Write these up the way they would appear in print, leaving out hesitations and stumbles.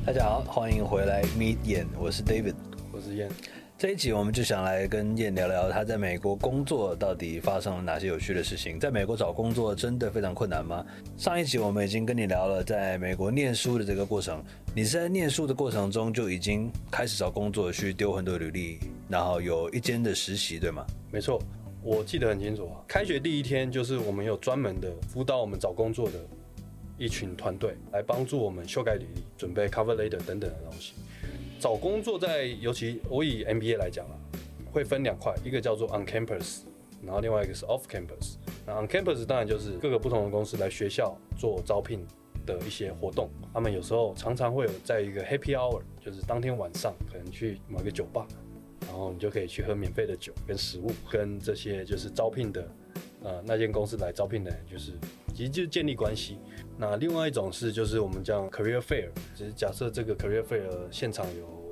大家好，欢迎回来 Meet 燕，我是 David， 我是燕。 这一集我们就想来跟燕聊聊他在美国工作到底发生了哪些有趣的事情。在美国找工作真的非常困难吗？上一集我们已经跟你聊了在美国念书的这个过程，你是在念书的过程中就已经开始找工作，去丢很多履历，然后有一间的实习，对吗？ 没错，我记得很清楚啊。开学第一天就是我们有专门的辅导我们找工作的一群团队来帮助我们修改履历、准备 cover letter 等等的东西。找工作尤其我以 MBA 来讲啊，会分两块，一个叫做 on campus， 然后另外一个是 off campus。那 on campus 当然就是各个不同的公司来学校做招聘的一些活动，他们有时候常常会有在一个 happy hour， 就是当天晚上可能去某一个酒吧，然后你就可以去喝免费的酒跟食物，跟这些就是招聘的那间公司来招聘的人，其实就是建立关系。那另外一种就是我们叫 career fair， 就是假设这个 career fair 现场有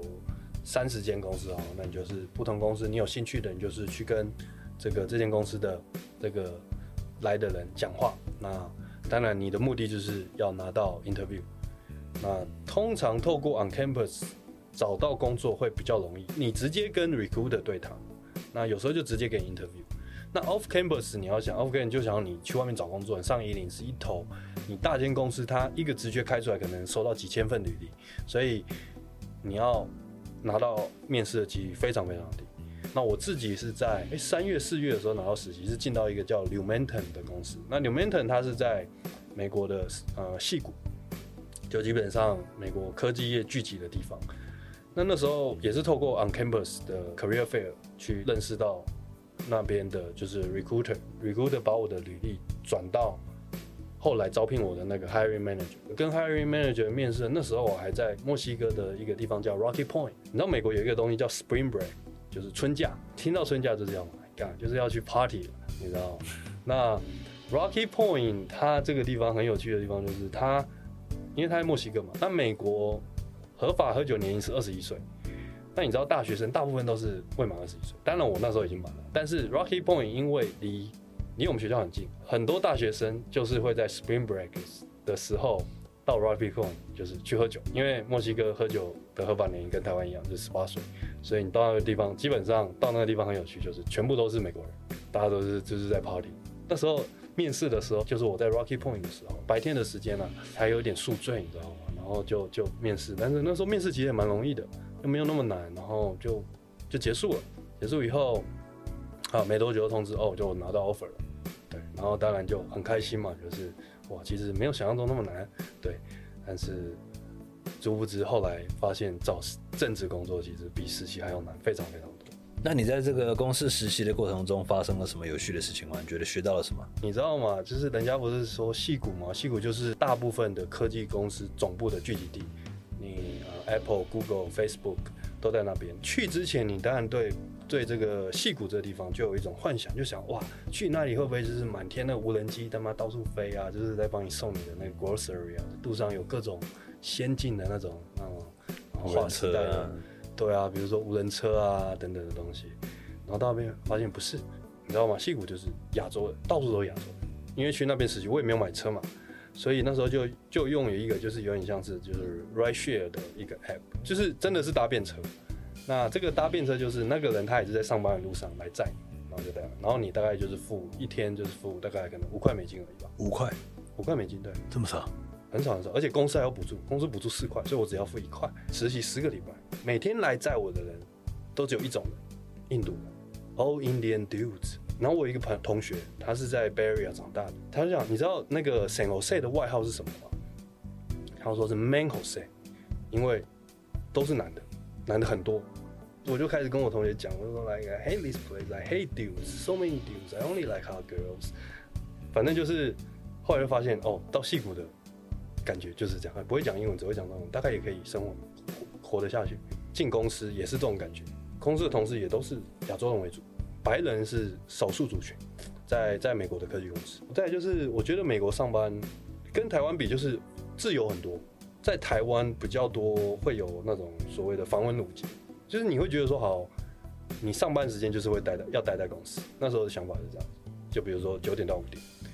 30间公司哦，那你就是不同公司你有兴趣的，你就是去跟这间公司的这个来的人讲话。那当然你的目的就是要拿到 interview。那通常透过 on campus 找到工作会比较容易，你直接跟 recruiter 对谈，那有时候就直接给你 interview。那 off campus 你要想 off campus 就想你去外面找工作，你上104是一头，你大间公司它一个职缺开出来可能收到几千份履历，所以你要拿到面试的几率非常非常低。那我自己是在3月4月的时候拿到实习，是进到一个叫 Lumentum 的公司。那 Lumentum 它是在美国的矽谷，就基本上美国科技业聚集的地方。那时候也是透过 on campus 的 career fair 去认识到那边的就是 recruiter 把我的履历转到后来招聘我的那个 hiring manager， 跟 hiring manager 面试。那时候我还在墨西哥的一个地方叫 Rocky Point。你知道美国有一个东西叫 Spring Break， 就是春假，听到春假就是要 God， 就是要去 party 了，你知道吗？那 Rocky Point 它这个地方很有趣的地方就是因为它在墨西哥嘛，那美国合法喝酒年龄是21岁。那你知道大学生大部分都是未满21岁，当然我那时候已经满了，但是 Rocky Point 因为离我们学校很近，很多大学生就是会在 Spring Break 的时候到 Rocky Point 就是去喝酒，因为墨西哥喝酒的合法年龄跟台湾一样，就是18岁，所以你到那个地方，基本上到那个地方很有趣，就是全部都是美国人，大家都是就是在 party。那时候面试的时候，就是我在 Rocky Point 的时候，白天的时间啊，还有点宿醉，你知道吗？然后就面试，但是那时候面试其实也蛮容易的。又没有那么难，然后就结束了。结束以后，没多久就通知我就拿到 offer 了，对，然后当然就很开心嘛，就是哇，其实没有想象中那么难，对，但是殊不知后来发现找正职工作其实比实习还要难，非常非常多。 那你在这个公司实习的过程中发生了什么有趣的事情吗？你觉得学到了什么？ 你知道吗？就是人家不是说矽谷吗？矽谷就是大部分的科技公司总部的聚集地。Apple、Google、Facebook 都在那边。去之前，你当然对这个矽谷这个地方就有一种幻想，就想哇，去那里会不会就是满天的无人机他妈到处飞啊？就是在帮你送你的那个 grocery 啊，路上有各种先进的那种无人车啊， 对啊，比如说无人车啊等等的东西。然后到那边发现不是，你知道吗？矽谷就是亚洲的，到处都是亚洲的。因为去那边实习，我也没有买车嘛。所以那时候就用有一个就是有点像是就是 ride share 的一个 app， 就是真的是搭便车。那这个搭便车就是那个人他也是在上班的路上来载你，然后就这样，然后你大概就是付一天就是付大概可能5块美金而已吧。5块美金，对， 这么少？ 很少很少，而且公司还有补助，公司补助4块，所以我只要付1块。实习10个礼拜，每天来载我的人都只有一种人，印度人 ，All Indian dudes。然后我有一个同学，他是在 Bay Area 长大的，他就讲，你知道那个 San Jose 的外号是什么吗？他说是 Man Jose， 因为都是男的很多。我就开始跟我同学讲，我就说 like I hate this place, I hate dudes, so many dudes, I only like hot girls。反正就是后来就发现到矽谷的感觉就是这样，不会讲英文，只会讲中文，大概也可以生活得下去。进公司也是这种感觉，公司的同事也都是亚洲人为主。白人是少数族群，在美国的科技公司。再来就是我觉得美国上班跟台湾比就是自由很多，在台湾比较多会有那种所谓的繁文缛节，就是你会觉得说好，你上班时间就是要待在公司。那时候的想法是这样，就比如说9点到5点，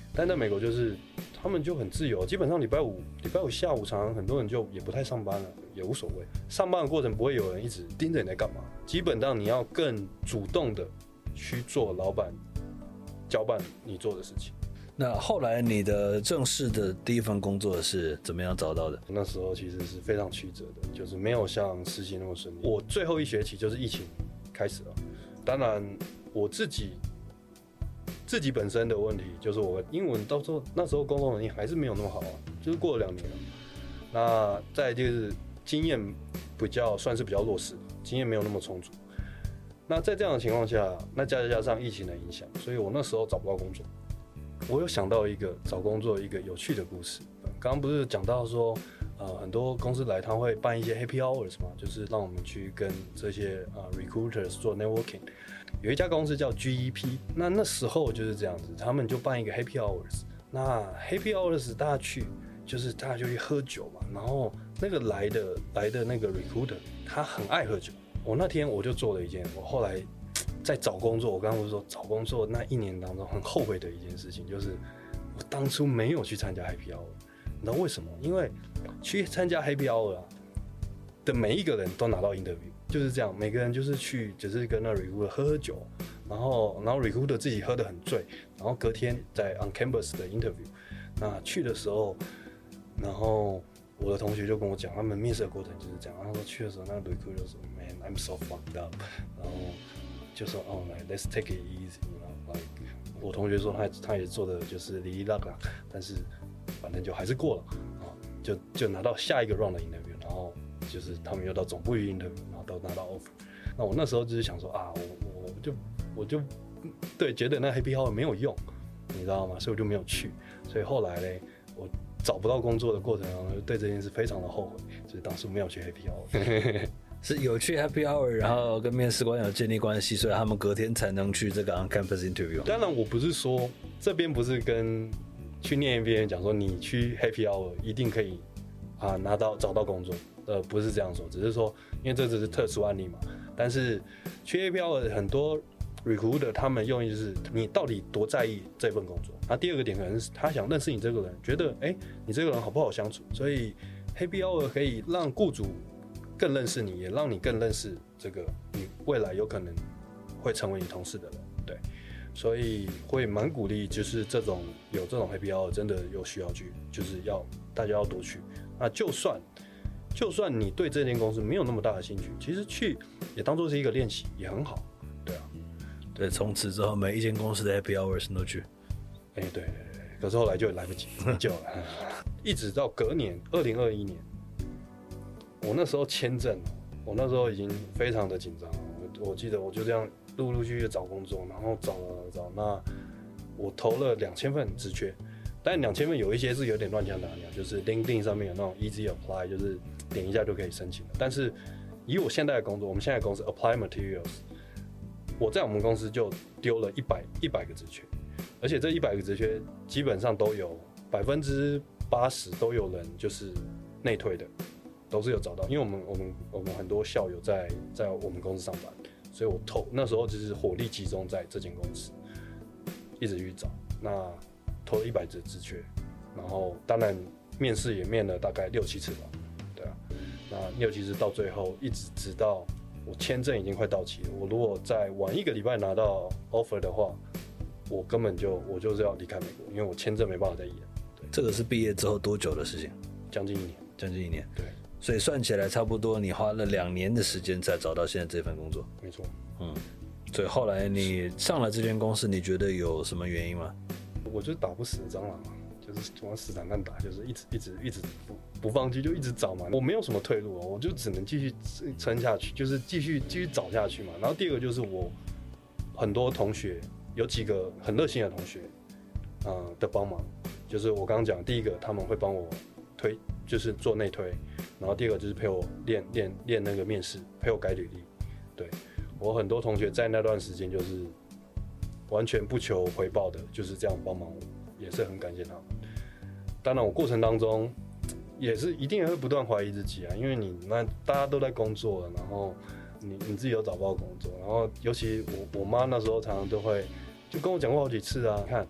但在美国就是他们就很自由，基本上礼拜五下午常常很多人就也不太上班了，也无所谓。上班的过程不会有人一直盯着你在干嘛，基本上你要更主动的去做老板交办你做的事情。 那后来你的正式的第一份工作是怎么样找到的？ 那时候其实是非常曲折的，就是没有像实习那么顺利。我最后一学期就是疫情开始了，当然我自己本身的问题就是我英文到时候那时候沟通能力还是没有那么好啊，就是过了2年了。那再就是经验算是比较弱势，经验没有那么充足。那在这样的情况下，那加上疫情的影响，所以我那时候找不到工作。我有想到一个找工作一个有趣的故事。刚刚不是讲到说，很多公司来他会办一些 happy hours 嘛，就是让我们去跟这些recruiters 做 networking。有一家公司叫 GEP， 那时候就是这样子，他们就办一个 happy hours。那 happy hours 大家去，就是大家就去喝酒嘛，然后那个来的那个 recruiter 他很爱喝酒。我那天我就做了一件，我后来在找工作，我刚刚不是说找工作那1年当中很后悔的一件事情，就是我当初没有去参加 happy hour。你知道为什么？因为去参加 happy hour 的每一个人都拿到 interview， 就是这样，每个人就是去只是跟那 recruiter 喝酒，然后 recruiter 自己喝得很醉，然后隔天在 on campus 的 interview。那去的时候，然后我的同学就跟我讲，他们面试的过程就是这样。他说去的时候，那 recruiter 就说 ，Man, I'm so fucked up， 然后就说哦，Let's take it easy，like 我同学说他也做的就是哩哩啦啦，但是反正就还是过了啊，就拿到下一个 round 的 interview， 然后就是他们又到总部去 interview， 然后都拿到 offer。那我那时候就是想说啊，我就对觉得那 happy hour 没有用，你知道吗？所以我就没有去。所以后来嘞，我找不到工作的过程当中，对这件事非常的后悔，所以当初没有去 happy hour。 是有去 happy hour， 然后跟面试官有建立关系，所以他们隔天才能去这个 on campus interview。 当然，我不是说这边不是跟去念 MBA 讲说你去 happy hour 一定可以找到工作，不是这样说，只是说因为这只是特殊案例嘛。但是去 happy hour 很多 recruiter 他们用意就是你到底多在意这份工作。那第二个点可能是他想认识你这个人，觉得你这个人好不好相处，所以 happy hour 可以让雇主更认识你，也让你更认识这个你未来有可能会成为你同事的人，对，所以会蛮鼓励，就是有这种 happy hour 真的有需要去，就是大家要多去。那就算你对这间公司没有那么大的兴趣，其实去也当作是一个练习，也很好，对啊。 对，从此之后每一间公司的 happy hours 都去。 对，可是后来就来不及，没救了。一直到隔年2021年。我那时候签证，我那时候已经非常的紧张。我记得我就这样陆续找工作，然后找，那我投了2000份职缺，但2000份有一些是有点乱枪打鸟，就是 LinkedIn 上面有那种 Easy Apply， 就是点一下就可以申请了。但是以我现在的工作，我们现在的公司 Apply Materials， 我在我们公司就丢了100个职缺，而且这100个职缺基本上都有80%都有人就是内推的。都是有找到，因为我们很多校友在我们公司上班，所以我那时候就是火力集中在这间公司，一直去找，那投了100只职缺，然后当然面试也面了大概6-7次吧，对啊，那6-7次到最后一直直到我签证已经快到期了，我如果再晚1个礼拜拿到 offer 的话，我根本就是要离开美国，因为我签证没办法再延。 这个是毕业之后多久的事情？ 将近1年。对。 所以算起来差不多你花了2年的时间才找到现在这份工作。 没错。 所以后来你上了这间公司，你觉得有什么原因吗？ 我就是打不死的蟑螂嘛，就是往死缠烂打，就是一直不放弃，就一直找嘛。我没有什么退路，我就只能继续撑下去，就是继续找下去嘛。然后第二个就是我很多同学有几个很热心的同学的帮忙，就是我刚刚讲第一个他们会帮我推，就是做内推。然后第二个就是陪我练那个面试，陪我改履历。对，我很多同学在那段时间就是完全不求回报的，就是这样帮忙我，也是很感谢他们。当然我过程当中也是一定也会不断怀疑自己啊，因为大家都在工作了，然后你自己有找不到工作，然后尤其我妈那时候常常都会就跟我讲过好几次啊，看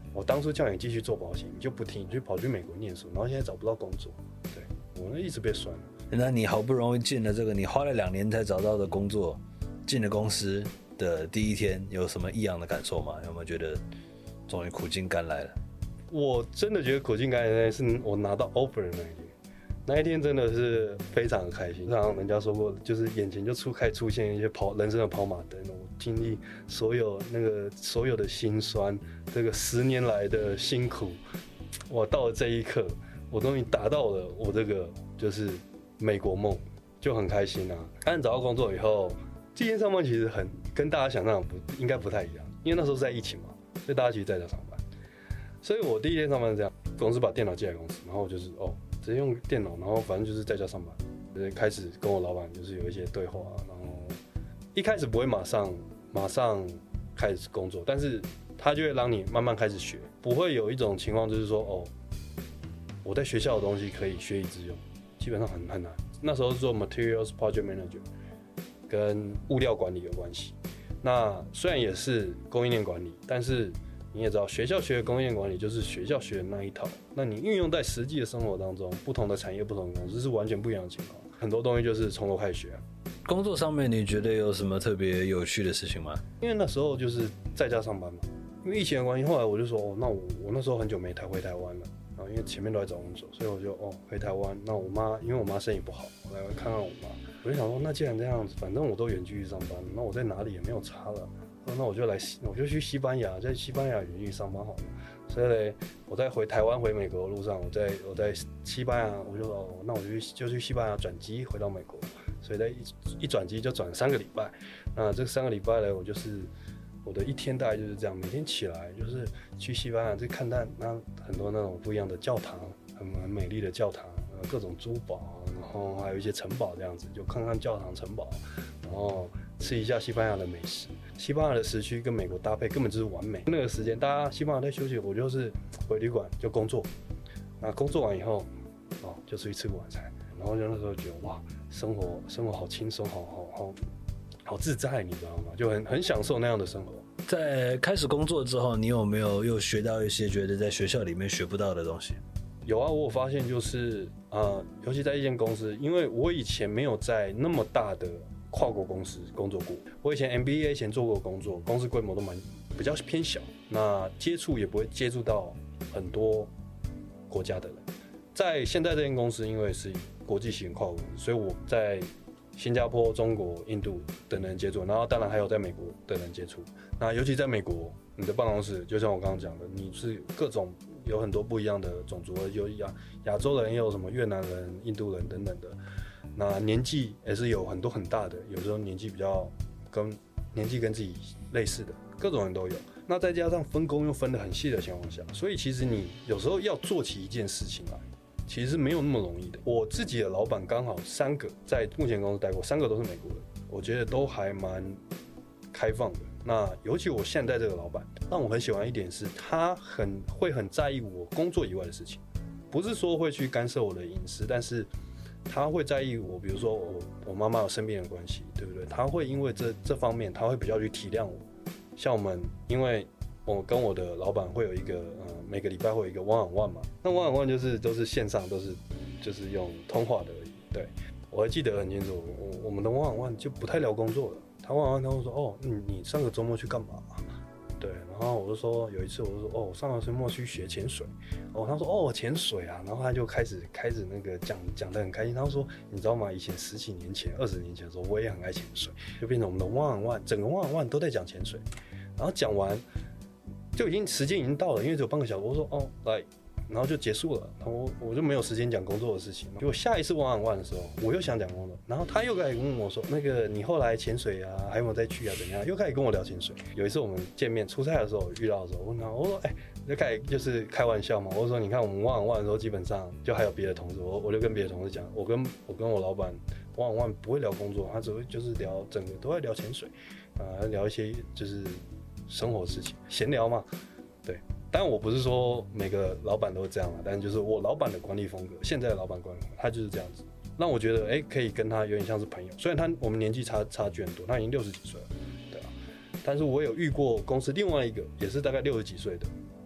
我当初叫你继续做保险，你就不听，你就跑去美国念书，然后现在找不到工作，对我一直被酸了。 那你好不容易进了这个你花了2年才找到的工作，进了公司的第一天，有什么异样的感受吗？有没有觉得终于苦尽甘来了？ 我真的觉得苦尽甘来是我拿到 offer 的那一天真的是非常开心。像人家说过，就是眼前就出现一些人生的跑马灯，我经历所有的辛酸，这个10年来的辛苦，我到了这一刻，我终于达到了我这个就是美国梦，就很开心啊。但找到工作以后，第一天上班其实跟大家想象应该不太一样，因为那时候是在疫情嘛，所以大家其实在家上班。所以我第一天上班是这样，公司把电脑寄来公司，然后我就是直接用电脑，然后反正就是在家上班，就是开始跟我老板就是有一些对话，然后一开始不会马上开始工作，但是他就会让你慢慢开始学，不会有一种情况就是说我在学校的东西可以学以致用，基本上很难。那时候是做 Materials Project Manager， 跟物料管理有关系。那虽然也是供应链管理，但是你也知道，学校学的供应链管理就是学校学的那一套，那你运用在实际的生活当中，不同的产业、不同的公司是完全不一样的情况。很多东西就是从头开始学。 工作上面你觉得有什么特别有趣的事情吗？ 因为那时候就是在家上班嘛，因为疫情的关系，后来我就说那我那时候很久没回台湾了，然后因为前面都在找工作，所以我就回台湾。那因为我妈生意不好，我来看看我妈。我就想说，那既然这样子，反正我都远距离上班，那我在哪里也没有差了。那我就去西班牙，在西班牙远距离上班好了。所以呢，我在回台湾回美国的路上，我在西班牙，我就那我就去西班牙转机回到美国。所以在一转机就转3个礼拜。那这3个礼拜呢，我的一天大概就是这样，每天起来就是去西班牙去看那很多那种不一样的教堂，很美丽的教堂，各种珠宝，然后还有一些城堡这样子，就看看教堂城堡，然后吃一下西班牙的美食。西班牙的时区跟美国搭配根本就是完美。那个时间大家西班牙在休息，我就是回旅馆就工作。那工作完以后，就出去吃个晚餐。然后就那时候觉得哇，生活好轻松，好自在，你知道吗？就很享受那样的生活。 在开始工作之后，你有没有又学到一些觉得在学校里面学不到的东西？ 有啊，我有发现就是尤其在一间公司，因为我以前没有在那么大的跨国公司工作过。我以前 MBA 前做过工作，公司规模都比较偏小，那接触也不会接触到很多国家的人。在现在这间公司，因为是国际型跨国公司，所以我在新加坡、中国、印度等人接触，然后当然还有在美国的人接触。那尤其在美国，你的办公室就像我刚刚讲的，你是各种有很多不一样的种族，有亚洲人，也有什么越南人、印度人等等的。那年纪也是有很多很大的，有时候年纪跟自己类似的，各种人都有。那再加上分工又分得很细的情况下，所以其实你有时候要做起一件事情来，其实是没有那么容易的。我自己的老板刚好3个在目前公司待过，3个都是美国人，我觉得都还蛮开放的。那尤其我现在这个老板，让我很喜欢一点是，他会很在意我工作以外的事情，不是说会去干涉我的隐私，但是他会在意我，比如说我妈妈有生病的关系，对不对？他会因为这方面，他会比较去体谅我。像因为我跟我的老板会有一个每个礼拜会有一个 one-on-one 嘛，那 one-on-one 都是线上，就是用通话的而已。对，我还记得很清楚，我们的 one-on-one 就不太聊工作了。他 one-on-one 他会说你上个周末去干嘛？对，然后有一次我就说我上个周末去学潜水。他说潜水啊，然后他就开始那个讲得很开心。他说你知道吗？以前10几年前、20年前的时候，我也很爱潜水，就变成我们的 one-on-one， 整个 one-on-one 都在讲潜水。然后讲完就时间已经到了，因为只有半个小时。我说来，然后就结束了。然后我就没有时间讲工作的事情。结果下一次 one-on-one 的时候，我又想讲工作，然后他又开始问我说，那个你后来潜水啊，还有没有再去啊？怎样？又开始跟我聊潜水。有一次我们见面出差的时候遇到的时候，我说就开始就是开玩笑嘛。我说你看我们 one-on-one 的时候，基本上就还有别的同事，我就跟别的同事讲，我跟我老板 one-on-one 不会聊工作，他只会就是聊整个都在聊潜水聊一些就是生活事情，闲聊嘛。对，当然我不是说每个老板都这样啦，但是就是我老板的管理风格，现在的老板管理风格，他就是这样子，让我觉得可以跟他有点像是朋友。虽然我们年纪差距很多，他已经60几岁了，对啊，但是我有遇过公司另外一个也是大概60几岁的，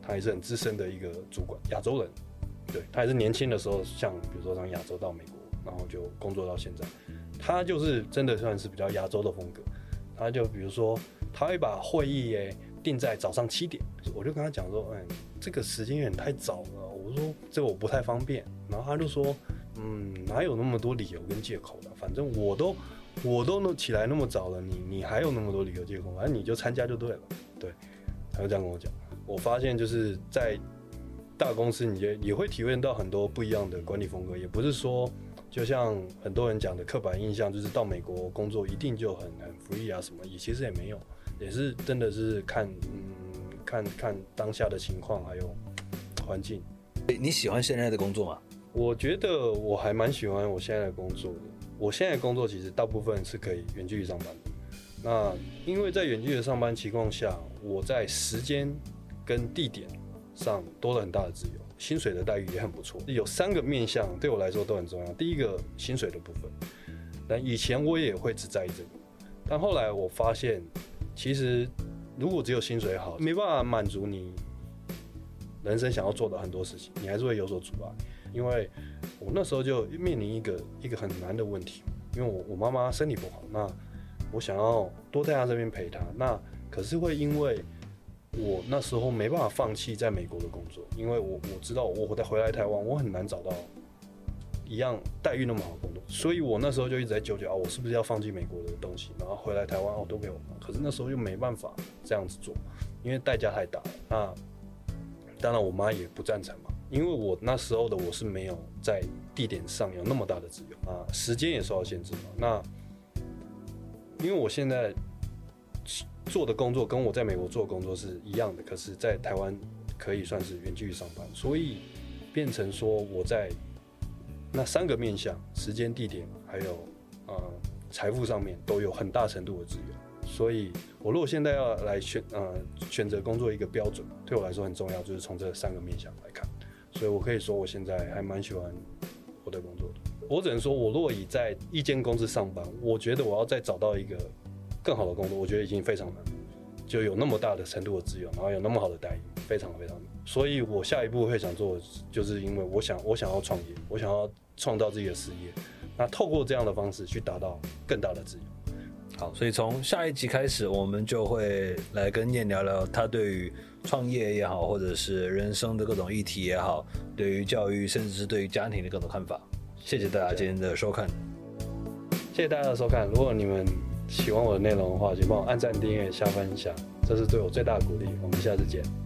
他也是很资深的一个主管，亚洲人。对，他也是年轻的时候，像比如说从亚洲到美国，然后就工作到现在。他就是真的算是比较亚洲的风格。他就比如说，他会把会议定在早上7点，我就跟他讲说，这个时间有点太早了，我说这个我不太方便。然后他就说，哪有那么多理由跟借口的？反正我都起来那么早了，你还有那么多理由借口，反正你就参加就对了。对，他就这样跟我讲。我发现就是在大公司，你也会体会到很多不一样的管理风格，也不是说就像很多人讲的刻板印象，就是到美国工作一定就很 free 啊什么，其实也没有，也是真的是看当下的情况还有环境。 你喜欢现在的工作吗？ 我觉得我还蛮喜欢我现在的工作的。我现在的工作其实大部分是可以远距离上班的。那因为在远距离上班情况下，我在时间跟地点上多了很大的自由，薪水的待遇也很不错。有3个面向对我来说都很重要。第一个，薪水的部分。但以前我也会只在意这个，但后来我发现，其实如果只有薪水好，没办法满足你人生想要做的很多事情，你还是会有所阻碍。因为我那时候就面临一个很难的问题，因为我妈妈身体不好，那我想要多在她这边陪她，那可是会因为我那时候没办法放弃在美国的工作，因为我知道我回来台湾，我很难找到一样待遇那么好的工作，所以我那时候就一直在纠结我是不是要放弃美国的东西，然后回来台湾都陪我妈。可是那时候又没办法这样子做，因为代价太大了。那当然我妈也不赞成嘛，因为我那时候的我是没有在地点上有那么大的自由啊，时间也受到限制嘛。那因为我现在做的工作跟我在美国做的工作是一样的，可是在台湾可以算是远距离上班，所以变成说我在那3个面向，时间、地点还有财富上面都有很大程度的自由。所以我如果现在要来选择工作一个标准，对我来说很重要，就是从这3个面向来看。所以我可以说我现在还蛮喜欢我的工作的。我只能说，我若以在一间公司上班，我觉得我要再找到一个更好的工作，我觉得已经非常难，就有那么大的程度的自由，然后有那么好的待遇，非常非常难。所以我下一步会想做的，就是因为我想要创业，我想要创造自己的事业，那透过这样的方式去达到更大的自由。 好，所以从下一集开始，我们就会来跟燕聊聊他对于创业也好，或者是人生的各种议题也好，对于教育，甚至是对于家庭的各种看法。谢谢大家今天的收看， 谢谢大家的收看。如果你们喜欢我的内容的话，请帮我按赞、订阅、下分享，这是对我最大的鼓励。我们下次见。